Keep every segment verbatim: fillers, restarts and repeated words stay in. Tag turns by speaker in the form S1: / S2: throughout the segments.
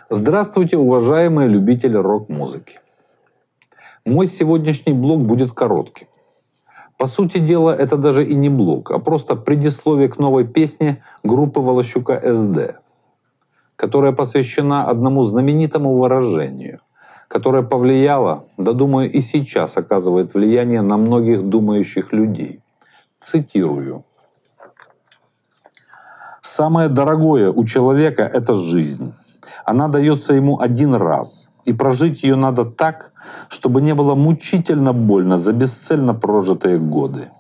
S1: Здравствуйте, уважаемые любители рок-музыки. Мой сегодняшний блог будет коротким. По сути дела, это даже и не блог, а просто предисловие к новой песне группы Волощука эс дэ, которая посвящена одному знаменитому выражению, которое повлияло, да думаю и сейчас оказывает влияние на многих думающих людей. Цитирую. «Самое дорогое у человека – это жизнь. Она дается ему один раз, и прожить ее надо так, чтобы не было мучительно больно за бесцельно прожитые годы».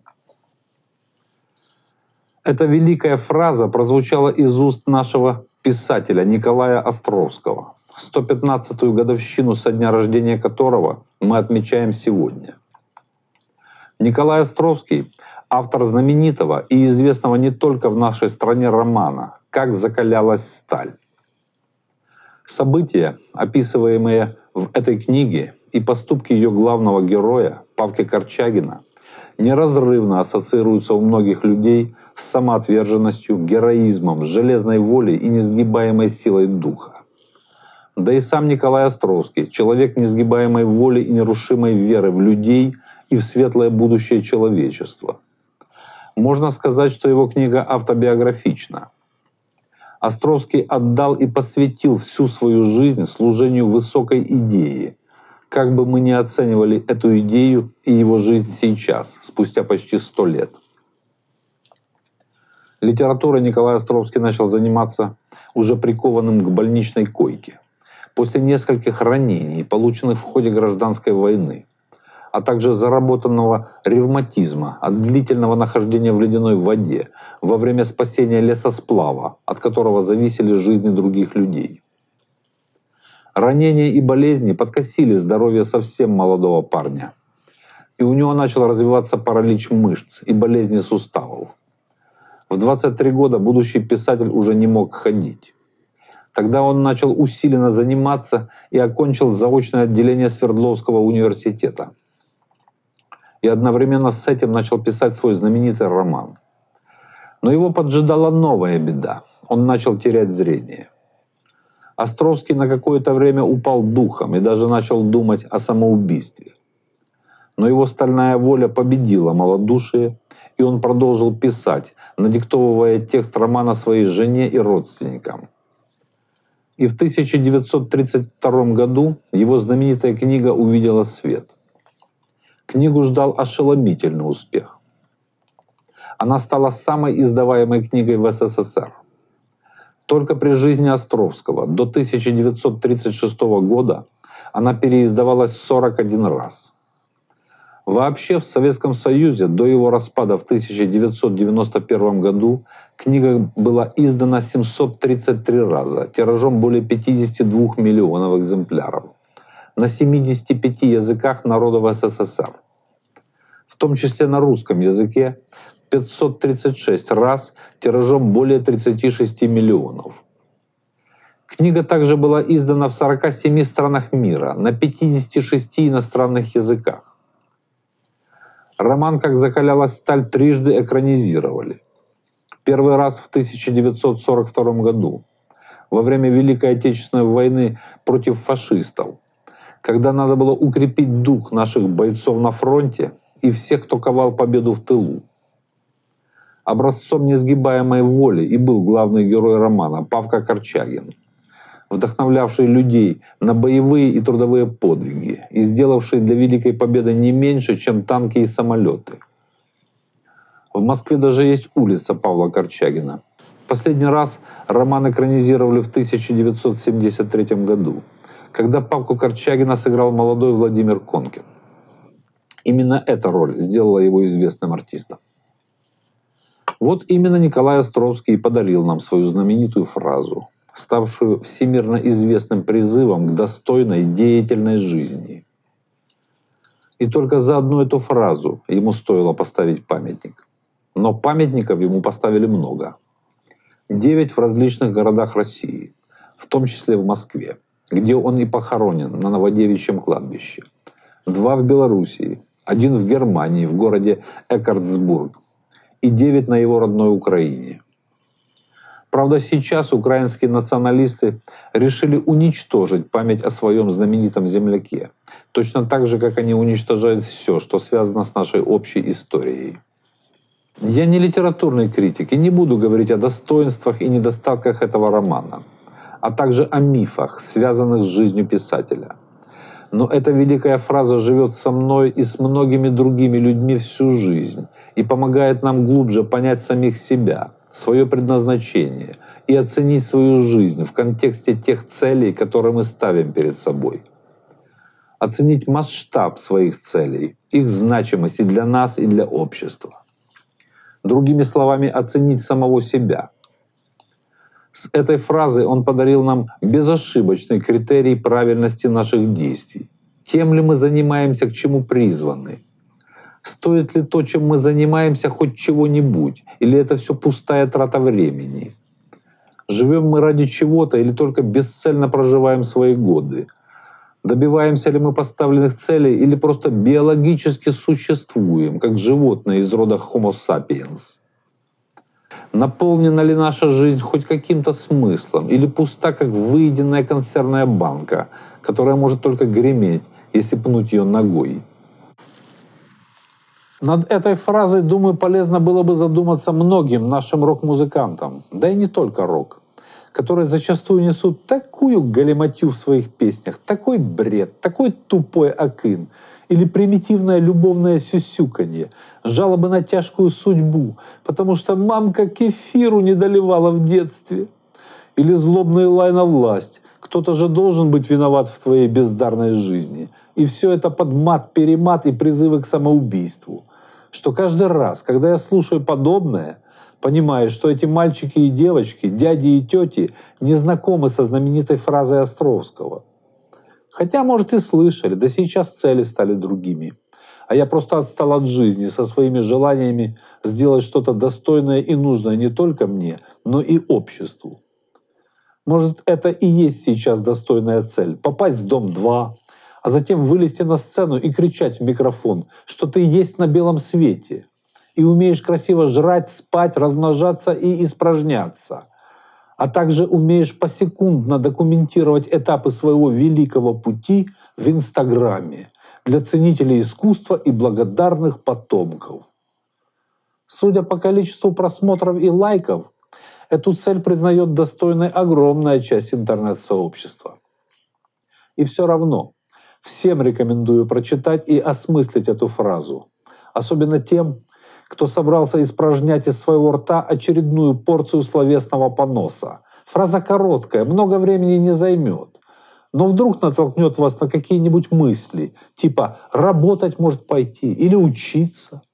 S1: Эта великая фраза прозвучала из уст нашего писателя Николая Островского, сто пятнадцатую годовщину со дня рождения которого мы отмечаем сегодня. Николай Островский – автор знаменитого и известного не только в нашей стране романа «Как закалялась сталь». События, описываемые в этой книге, и поступки ее главного героя, Павки Корчагина, неразрывно ассоциируются у многих людей с самоотверженностью, героизмом, с железной волей и несгибаемой силой духа. Да и сам Николай Островский – человек несгибаемой воли и нерушимой веры в людей и в светлое будущее человечества. Можно сказать, что его книга автобиографична. Островский отдал и посвятил всю свою жизнь служению высокой идее, как бы мы ни оценивали эту идею и его жизнь сейчас, спустя почти сто лет. Литературой Николай Островский начал заниматься уже прикованным к больничной койке, после нескольких ранений, полученных в ходе гражданской войны, а также заработанного ревматизма от длительного нахождения в ледяной воде во время спасения лесосплава, от которого зависели жизни других людей. Ранения и болезни подкосили здоровье совсем молодого парня, и у него начал развиваться паралич мышц и болезни суставов. В двадцать три года будущий писатель уже не мог ходить. Тогда он начал усиленно заниматься и окончил заочное отделение Свердловского университета. И одновременно с этим начал писать свой знаменитый роман. Но его поджидала новая беда. Он начал терять зрение. Островский на какое-то время упал духом и даже начал думать о самоубийстве. Но его стальная воля победила малодушие, и он продолжил писать, надиктовывая текст романа своей жене и родственникам. И в тысяча девятьсот тридцать втором году его знаменитая книга увидела свет. Книгу ждал ошеломительный успех. Она стала самой издаваемой книгой в эс эс эс эр. Только при жизни Островского до тысяча девятьсот тридцать шестого года она переиздавалась сорок один раз. Вообще в Советском Союзе до его распада в тысяча девятьсот девяносто первом году книга была издана семьсот тридцать три раза, тиражом более пятидесяти двух миллионов экземпляров, на семидесяти пяти языках народов эс эс эс эр, в том числе на русском языке пятьсот тридцать шесть раз, тиражом более тридцати шести миллионов. Книга также была издана в сорока семи странах мира, на пятидесяти шести иностранных языках. Роман «Как закалялась сталь» трижды экранизировали. Первый раз в тысяча девятьсот сорок втором году, во время Великой Отечественной войны против фашистов, когда надо было укрепить дух наших бойцов на фронте и всех, кто ковал победу в тылу. Образцом несгибаемой воли и был главный герой романа Павка Корчагин, вдохновлявший людей на боевые и трудовые подвиги и сделавший для Великой Победы не меньше, чем танки и самолеты. В Москве даже есть улица Павла Корчагина. Последний раз роман экранизировали в тысяча девятьсот семьдесят третьем году, когда Павку Корчагина сыграл молодой Владимир Конкин. Именно эта роль сделала его известным артистом. Вот именно Николай Островский подарил нам свою знаменитую фразу, ставшую всемирно известным призывом к достойной деятельной жизни. И только за одну эту фразу ему стоило поставить памятник. Но памятников ему поставили много. Девять в различных городах России, в том числе в Москве, где он и похоронен на Новодевичьем кладбище. Два в Белоруссии, один в Германии, в городе Эккартсбург, и девять на его родной Украине. Правда, сейчас украинские националисты решили уничтожить память о своем знаменитом земляке, точно так же, как они уничтожают все, что связано с нашей общей историей. Я не литературный критик и не буду говорить о достоинствах и недостатках этого романа, а также о мифах, связанных с жизнью писателя. Но эта великая фраза живет со мной и с многими другими людьми всю жизнь и помогает нам глубже понять самих себя, свое предназначение и оценить свою жизнь в контексте тех целей, которые мы ставим перед собой. Оценить масштаб своих целей, их значимость и для нас, и для общества. Другими словами, оценить самого себя. С этой фразой он подарил нам безошибочный критерий правильности наших действий. Тем ли мы занимаемся, к чему призваны? Стоит ли то, чем мы занимаемся, хоть чего-нибудь? Или это все пустая трата времени? Живем мы ради чего-то или только бесцельно проживаем свои годы? Добиваемся ли мы поставленных целей или просто биологически существуем, как животные из рода Homo sapiens? Наполнена ли наша жизнь хоть каким-то смыслом или пуста, как выеденная консервная банка, которая может только греметь, если пнуть ее ногой? Над этой фразой, думаю, полезно было бы задуматься многим нашим рок-музыкантам, да и не только рок, которые зачастую несут такую галиматью в своих песнях, такой бред, такой тупой акын или примитивное любовное сюсюканье, жалобы на тяжкую судьбу, потому что мамка кефиру не доливала в детстве, или злобный лай на власть, кто-то же должен быть виноват в твоей бездарной жизни, и все это под мат-перемат и призывы к самоубийству, что каждый раз, когда я слушаю подобное, понимаю, что эти мальчики и девочки, дяди и тети не знакомы со знаменитой фразой Островского. Хотя, может, и слышали, да сейчас цели стали другими. А я просто отстал от жизни со своими желаниями сделать что-то достойное и нужное не только мне, но и обществу. Может, это и есть сейчас достойная цель – попасть в Дом-два, а затем вылезти на сцену и кричать в микрофон, что ты есть на белом свете и умеешь красиво жрать, спать, размножаться и испражняться, а также умеешь посекундно документировать этапы своего великого пути в Инстаграме для ценителей искусства и благодарных потомков. Судя по количеству просмотров и лайков, эту цель признает достойной огромная часть интернет-сообщества. И все равно всем рекомендую прочитать и осмыслить эту фразу, особенно тем, кто собрался испражнять из своего рта очередную порцию словесного поноса. Фраза короткая, много времени не займет, но вдруг натолкнет вас на какие-нибудь мысли, типа «работать может пойти» или «учиться».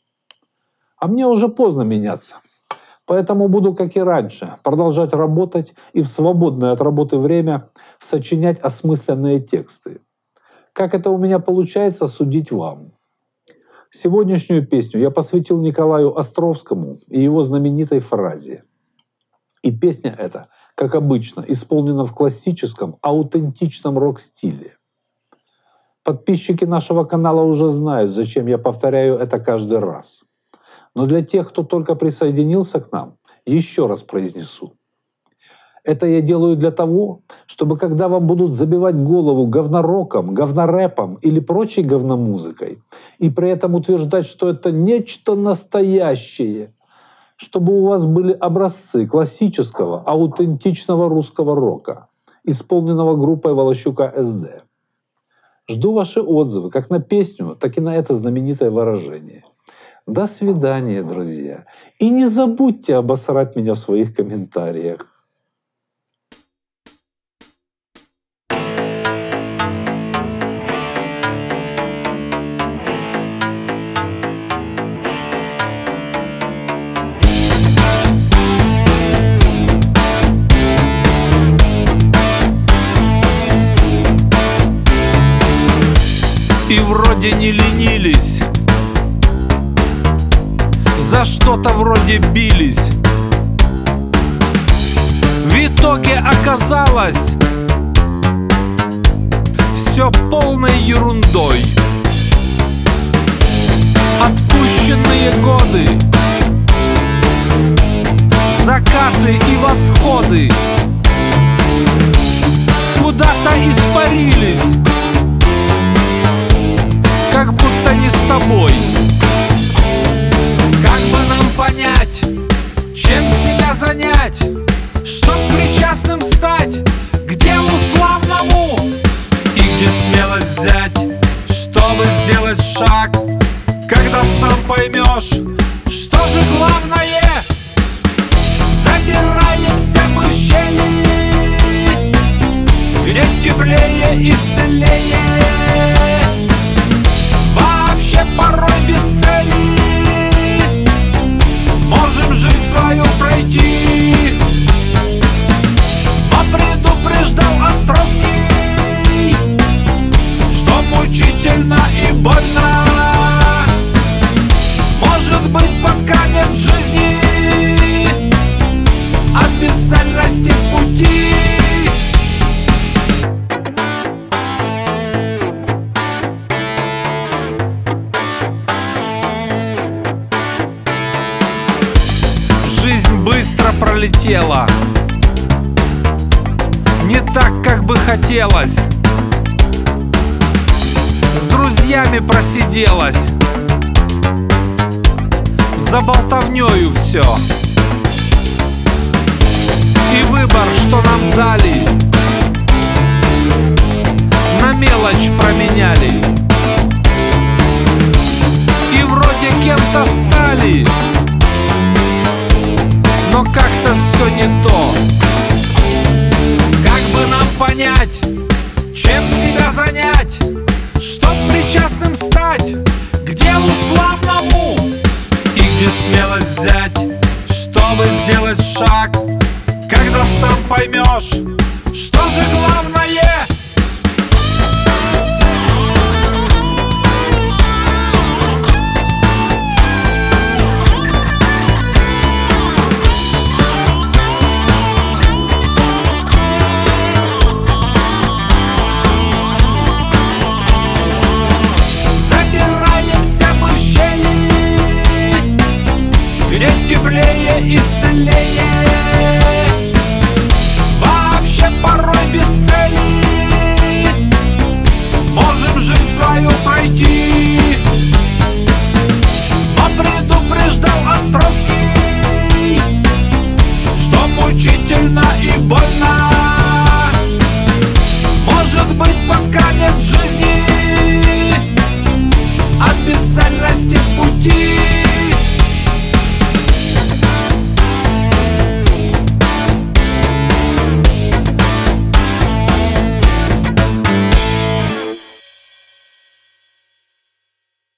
S1: А мне уже поздно меняться, поэтому буду, как и раньше, продолжать работать и в свободное от работы время сочинять осмысленные тексты. Как это у меня получается, судить вам. Сегодняшнюю песню я посвятил Николаю Островскому и его знаменитой фразе. И песня эта, как обычно, исполнена в классическом, аутентичном рок-стиле. Подписчики нашего канала уже знают, зачем я повторяю это каждый раз. Но для тех, кто только присоединился к нам, еще раз произнесу. Это я делаю для того, чтобы когда вам будут забивать голову говнороком, говнорэпом или прочей говномузыкой, и при этом утверждать, что это нечто настоящее, чтобы у вас были образцы классического, аутентичного русского рока, исполненного группой Волощука эс дэ. Жду ваши отзывы как на песню, так и на это знаменитое выражение. До свидания, друзья. И не забудьте обосрать меня в своих комментариях.
S2: И вроде не ленились, за что-то вроде бились. В итоге оказалось все полной ерундой. Отпущенные годы закаты и восходы куда-то испарились, как будто не с тобой. Как бы нам понять, чем себя занять, чтоб причастным стать к делу славному, и где смелость взять, чтобы сделать шаг, когда сам поймешь, что же главное. Забираемся мы в щели, где теплее и целее, вообще порой без цели можем жизнь свою пройти. Но предупреждал Островский, что мучительно и больно может быть под конец жизни от бесцельности пути. Жизнь быстро пролетела, не так, как бы хотелось. С друзьями просиделась, за болтовнёю все. И выбор, что нам дали, на мелочь променяли. И вроде кем-то стали, но как-то все не то. Как бы нам понять, чем себя занять, чтоб причастным стать к делу славному, и где смелость взять, чтобы сделать шаг, когда сам поймешь,